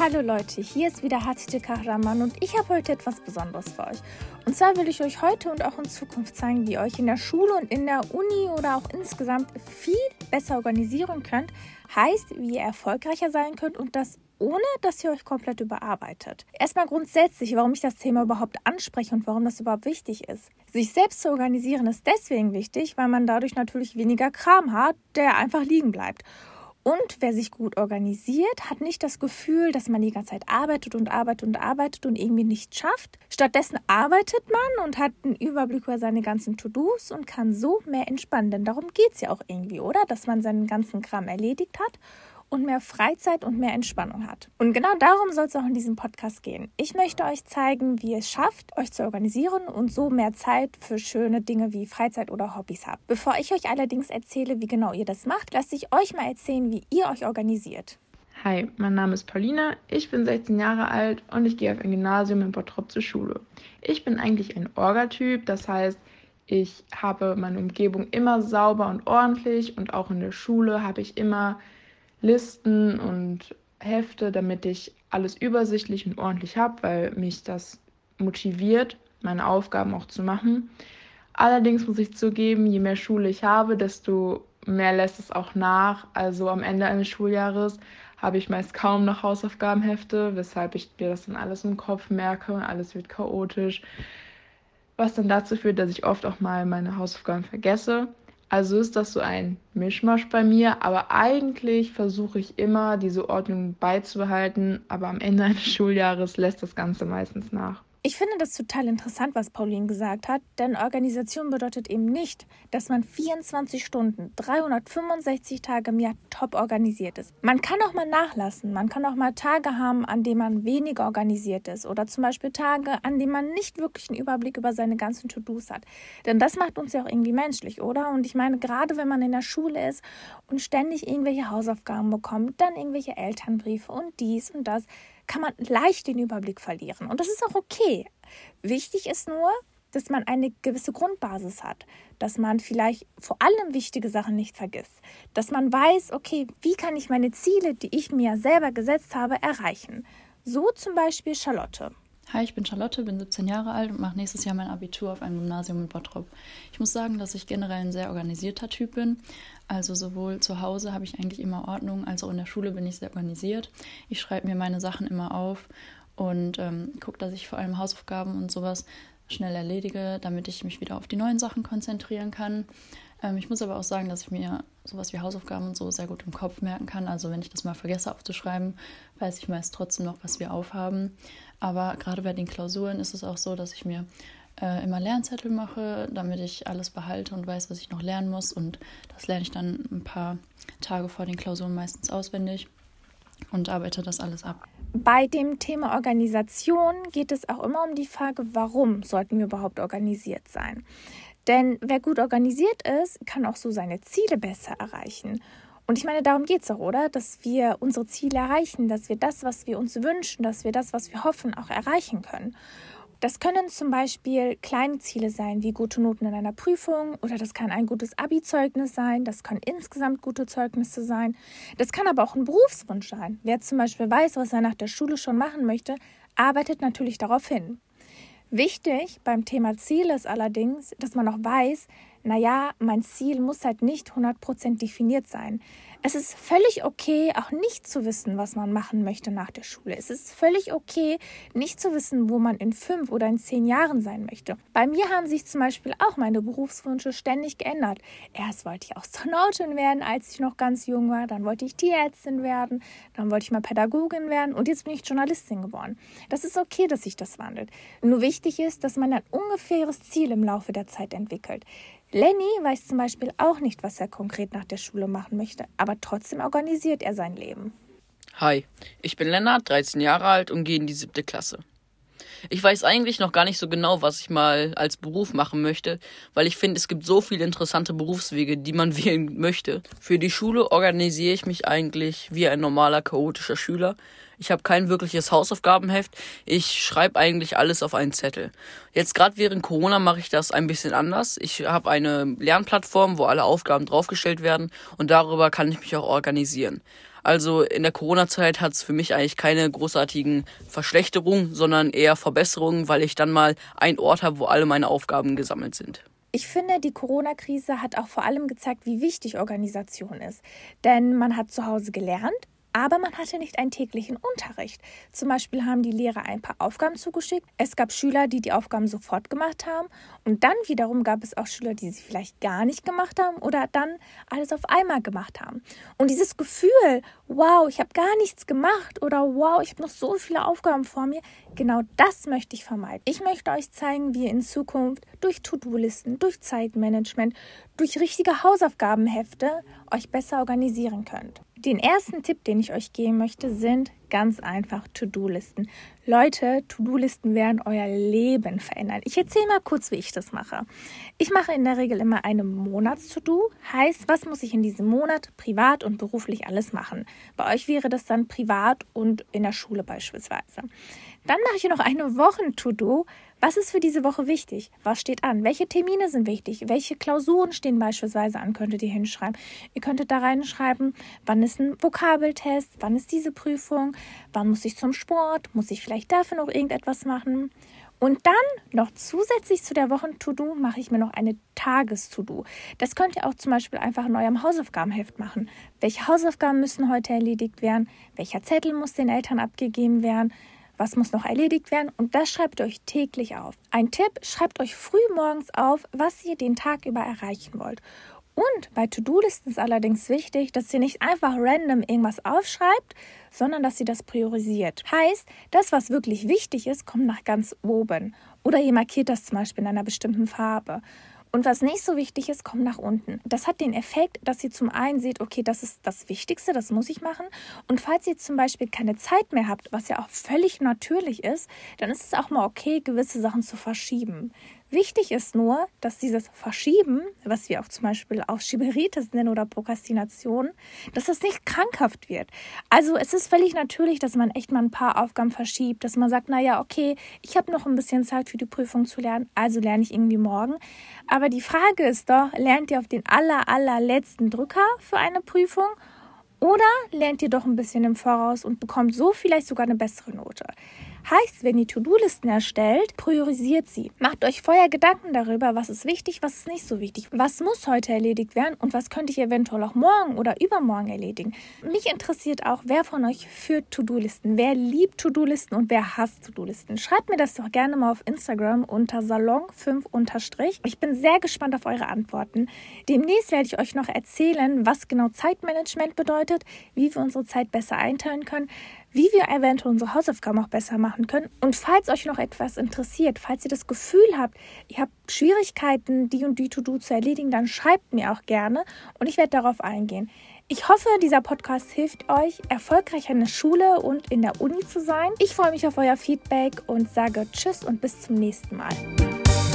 Hallo Leute, hier ist wieder Hatice Kahraman und ich habe heute etwas Besonderes für euch. Und zwar will ich euch heute und auch in Zukunft zeigen, wie ihr euch in der Schule und in der Uni oder auch insgesamt viel besser organisieren könnt. Heißt, wie ihr erfolgreicher sein könnt und das ohne, dass ihr euch komplett überarbeitet. Erstmal grundsätzlich, warum ich das Thema überhaupt anspreche und warum das überhaupt wichtig ist. Sich selbst zu organisieren ist deswegen wichtig, weil man dadurch natürlich weniger Kram hat, der einfach liegen bleibt. Und wer sich gut organisiert, hat nicht das Gefühl, dass man die ganze Zeit arbeitet und irgendwie nichts schafft. Stattdessen arbeitet man und hat einen Überblick über seine ganzen To-Dos und kann so mehr entspannen. Denn darum geht es ja auch irgendwie, oder? Dass man seinen ganzen Kram erledigt hat und mehr Freizeit und mehr Entspannung hat. Und genau darum soll es auch in diesem Podcast gehen. Ich möchte euch zeigen, wie ihr es schafft, euch zu organisieren und so mehr Zeit für schöne Dinge wie Freizeit oder Hobbys habt. Bevor ich euch allerdings erzähle, wie genau ihr das macht, lasse ich euch mal erzählen, wie ihr euch organisiert. Hi, mein Name ist Paulina, ich bin 16 Jahre alt und ich gehe auf ein Gymnasium in Bottrop zur Schule. Ich bin eigentlich ein Orga-Typ, das heißt, ich habe meine Umgebung immer sauber und ordentlich und auch in der Schule habe ich immer Listen und Hefte, damit ich alles übersichtlich und ordentlich habe, weil mich das motiviert, meine Aufgaben auch zu machen. Allerdings muss ich zugeben, je mehr Schule ich habe, desto mehr lässt es auch nach. Also am Ende eines Schuljahres habe ich meist kaum noch Hausaufgabenhefte, weshalb ich mir das dann alles im Kopf merke, alles wird chaotisch, was dann dazu führt, dass ich oft auch mal meine Hausaufgaben vergesse. Also ist das so ein Mischmasch bei mir, aber eigentlich versuche ich immer, diese Ordnung beizubehalten, aber am Ende eines Schuljahres lässt das Ganze meistens nach. Ich finde das total interessant, was Pauline gesagt hat, denn Organisation bedeutet eben nicht, dass man 24 Stunden, 365 Tage im Jahr top organisiert ist. Man kann auch mal nachlassen, man kann auch mal Tage haben, an denen man weniger organisiert ist oder zum Beispiel Tage, an denen man nicht wirklich einen Überblick über seine ganzen To-Dos hat. Denn das macht uns ja auch irgendwie menschlich, oder? Und ich meine, gerade wenn man in der Schule ist und ständig irgendwelche Hausaufgaben bekommt, dann irgendwelche Elternbriefe und dies und das, kann man leicht den Überblick verlieren. Und das ist auch okay. Wichtig ist nur, dass man eine gewisse Grundbasis hat, dass man vielleicht vor allem wichtige Sachen nicht vergisst, dass man weiß, okay, wie kann ich meine Ziele, die ich mir selber gesetzt habe, erreichen. So zum Beispiel Charlotte. Hi, ich bin Charlotte, bin 17 Jahre alt und mache nächstes Jahr mein Abitur auf einem Gymnasium in Bottrop. Ich muss sagen, dass ich generell ein sehr organisierter Typ bin. Also sowohl zu Hause habe ich eigentlich immer Ordnung, als auch in der Schule bin ich sehr organisiert. Ich schreibe mir meine Sachen immer auf und gucke, dass ich vor allem Hausaufgaben und sowas schnell erledige, damit ich mich wieder auf die neuen Sachen konzentrieren kann. Ich muss aber auch sagen, dass ich mir sowas wie Hausaufgaben und so sehr gut im Kopf merken kann. Also wenn ich das mal vergesse aufzuschreiben, weiß ich meist trotzdem noch, was wir aufhaben. Aber gerade bei den Klausuren ist es auch so, dass ich mir immer Lernzettel mache, damit ich alles behalte und weiß, was ich noch lernen muss. Und das lerne ich dann ein paar Tage vor den Klausuren meistens auswendig und arbeite das alles ab. Bei dem Thema Organisation geht es auch immer um die Frage, warum sollten wir überhaupt organisiert sein? Denn wer gut organisiert ist, kann auch so seine Ziele besser erreichen. Und ich meine, darum geht es auch, oder? Dass wir unsere Ziele erreichen, dass wir das, was wir uns wünschen, dass wir das, was wir hoffen, auch erreichen können. Das können zum Beispiel kleine Ziele sein, wie gute Noten in einer Prüfung, oder das kann ein gutes Abi-Zeugnis sein, das können insgesamt gute Zeugnisse sein. Das kann aber auch ein Berufswunsch sein. Wer zum Beispiel weiß, was er nach der Schule schon machen möchte, arbeitet natürlich darauf hin. Wichtig beim Thema Ziele ist allerdings, dass man auch weiß, mein Ziel muss halt nicht 100% definiert sein. Es ist völlig okay, auch nicht zu wissen, was man machen möchte nach der Schule. Es ist völlig okay, nicht zu wissen, wo man in 5 oder in 10 Jahren sein möchte. Bei mir haben sich zum Beispiel auch meine Berufswünsche ständig geändert. Erst wollte ich Astronautin werden, als ich noch ganz jung war. Dann wollte ich Tierärztin werden. Dann wollte ich mal Pädagogin werden. Und jetzt bin ich Journalistin geworden. Das ist okay, dass sich das wandelt. Nur wichtig ist, dass man ein ungefähres Ziel im Laufe der Zeit entwickelt. Lenny weiß zum Beispiel auch nicht, was er konkret nach der Schule machen möchte, aber trotzdem organisiert er sein Leben. Hi, ich bin Lennart, 13 Jahre alt und gehe in die 7. Klasse. Ich weiß eigentlich noch gar nicht so genau, was ich mal als Beruf machen möchte, weil ich finde, es gibt so viele interessante Berufswege, die man wählen möchte. Für die Schule organisiere ich mich eigentlich wie ein normaler, chaotischer Schüler. Ich habe kein wirkliches Hausaufgabenheft. Ich schreibe eigentlich alles auf einen Zettel. Jetzt gerade während Corona mache ich das ein bisschen anders. Ich habe eine Lernplattform, wo alle Aufgaben draufgestellt werden und darüber kann ich mich auch organisieren. Also in der Corona-Zeit hat es für mich eigentlich keine großartigen Verschlechterungen, sondern eher Verbesserungen, weil ich dann mal einen Ort habe, wo alle meine Aufgaben gesammelt sind. Ich finde, die Corona-Krise hat auch vor allem gezeigt, wie wichtig Organisation ist. Denn man hat zu Hause gelernt, aber man hatte nicht einen täglichen Unterricht. Zum Beispiel haben die Lehrer ein paar Aufgaben zugeschickt. Es gab Schüler, die die Aufgaben sofort gemacht haben. Und dann wiederum gab es auch Schüler, die sie vielleicht gar nicht gemacht haben oder dann alles auf einmal gemacht haben. Und dieses Gefühl, wow, ich habe gar nichts gemacht oder wow, ich habe noch so viele Aufgaben vor mir, genau das möchte ich vermeiden. Ich möchte euch zeigen, wie ihr in Zukunft durch To-Do-Listen, durch Zeitmanagement, durch richtige Hausaufgabenhefte euch besser organisieren könnt. Den ersten Tipp, den ich euch geben möchte, sind ganz einfach To-Do-Listen. Leute, To-Do-Listen werden euer Leben verändern. Ich erzähle mal kurz, wie ich das mache. Ich mache in der Regel immer eine Monats-To-Do. Heißt, was muss ich in diesem Monat privat und beruflich alles machen? Bei euch wäre das dann privat und in der Schule beispielsweise. Dann mache ich noch eine Wochen-To-Do. Was ist für diese Woche wichtig? Was steht an? Welche Termine sind wichtig? Welche Klausuren stehen beispielsweise an? Könntet ihr hinschreiben. Ihr könntet da reinschreiben, wann ist ein Vokabeltest? Wann ist diese Prüfung? Wann muss ich zum Sport? Muss ich vielleicht dafür noch irgendetwas machen? Und dann noch zusätzlich zu der Wochen-To-Do mache ich mir noch eine Tages-To-Do. Das könnt ihr auch zum Beispiel einfach in eurem Hausaufgabenheft machen. Welche Hausaufgaben müssen heute erledigt werden? Welcher Zettel muss den Eltern abgegeben werden? Was muss noch erledigt werden? Und das schreibt ihr euch täglich auf. Ein Tipp, schreibt euch früh morgens auf, was ihr den Tag über erreichen wollt. Und bei To-Do-Listen ist allerdings wichtig, dass ihr nicht einfach random irgendwas aufschreibt, sondern dass ihr das priorisiert. Heißt, das, was wirklich wichtig ist, kommt nach ganz oben. Oder ihr markiert das zum Beispiel in einer bestimmten Farbe. Und was nicht so wichtig ist, kommt nach unten. Das hat den Effekt, dass ihr zum einen seht, okay, das ist das Wichtigste, das muss ich machen. Und falls ihr zum Beispiel keine Zeit mehr habt, was ja auch völlig natürlich ist, dann ist es auch mal okay, gewisse Sachen zu verschieben. Wichtig ist nur, dass dieses Verschieben, was wir auch zum Beispiel Aufschieberitis nennen oder Prokrastination, dass das nicht krankhaft wird. Also es ist völlig natürlich, dass man echt mal ein paar Aufgaben verschiebt, dass man sagt, naja, okay, ich habe noch ein bisschen Zeit für die Prüfung zu lernen, also lerne ich irgendwie morgen. Aber die Frage ist doch, lernt ihr auf den allerletzten Drücker für eine Prüfung oder lernt ihr doch ein bisschen im Voraus und bekommt so vielleicht sogar eine bessere Note? Heißt, wenn ihr To-Do-Listen erstellt, priorisiert sie. Macht euch vorher Gedanken darüber, was ist wichtig, was ist nicht so wichtig. Was muss heute erledigt werden und was könnte ich eventuell auch morgen oder übermorgen erledigen. Mich interessiert auch, wer von euch führt To-Do-Listen, wer liebt To-Do-Listen und wer hasst To-Do-Listen. Schreibt mir das doch gerne mal auf Instagram unter salon5_. Ich bin sehr gespannt auf eure Antworten. Demnächst werde ich euch noch erzählen, was genau Zeitmanagement bedeutet, wie wir unsere Zeit besser einteilen können, wie wir eventuell unsere Hausaufgaben auch besser machen können. Und falls euch noch etwas interessiert, falls ihr das Gefühl habt, ihr habt Schwierigkeiten, die und die To-Do zu erledigen, dann schreibt mir auch gerne und ich werde darauf eingehen. Ich hoffe, dieser Podcast hilft euch, erfolgreich in der Schule und in der Uni zu sein. Ich freue mich auf euer Feedback und sage Tschüss und bis zum nächsten Mal.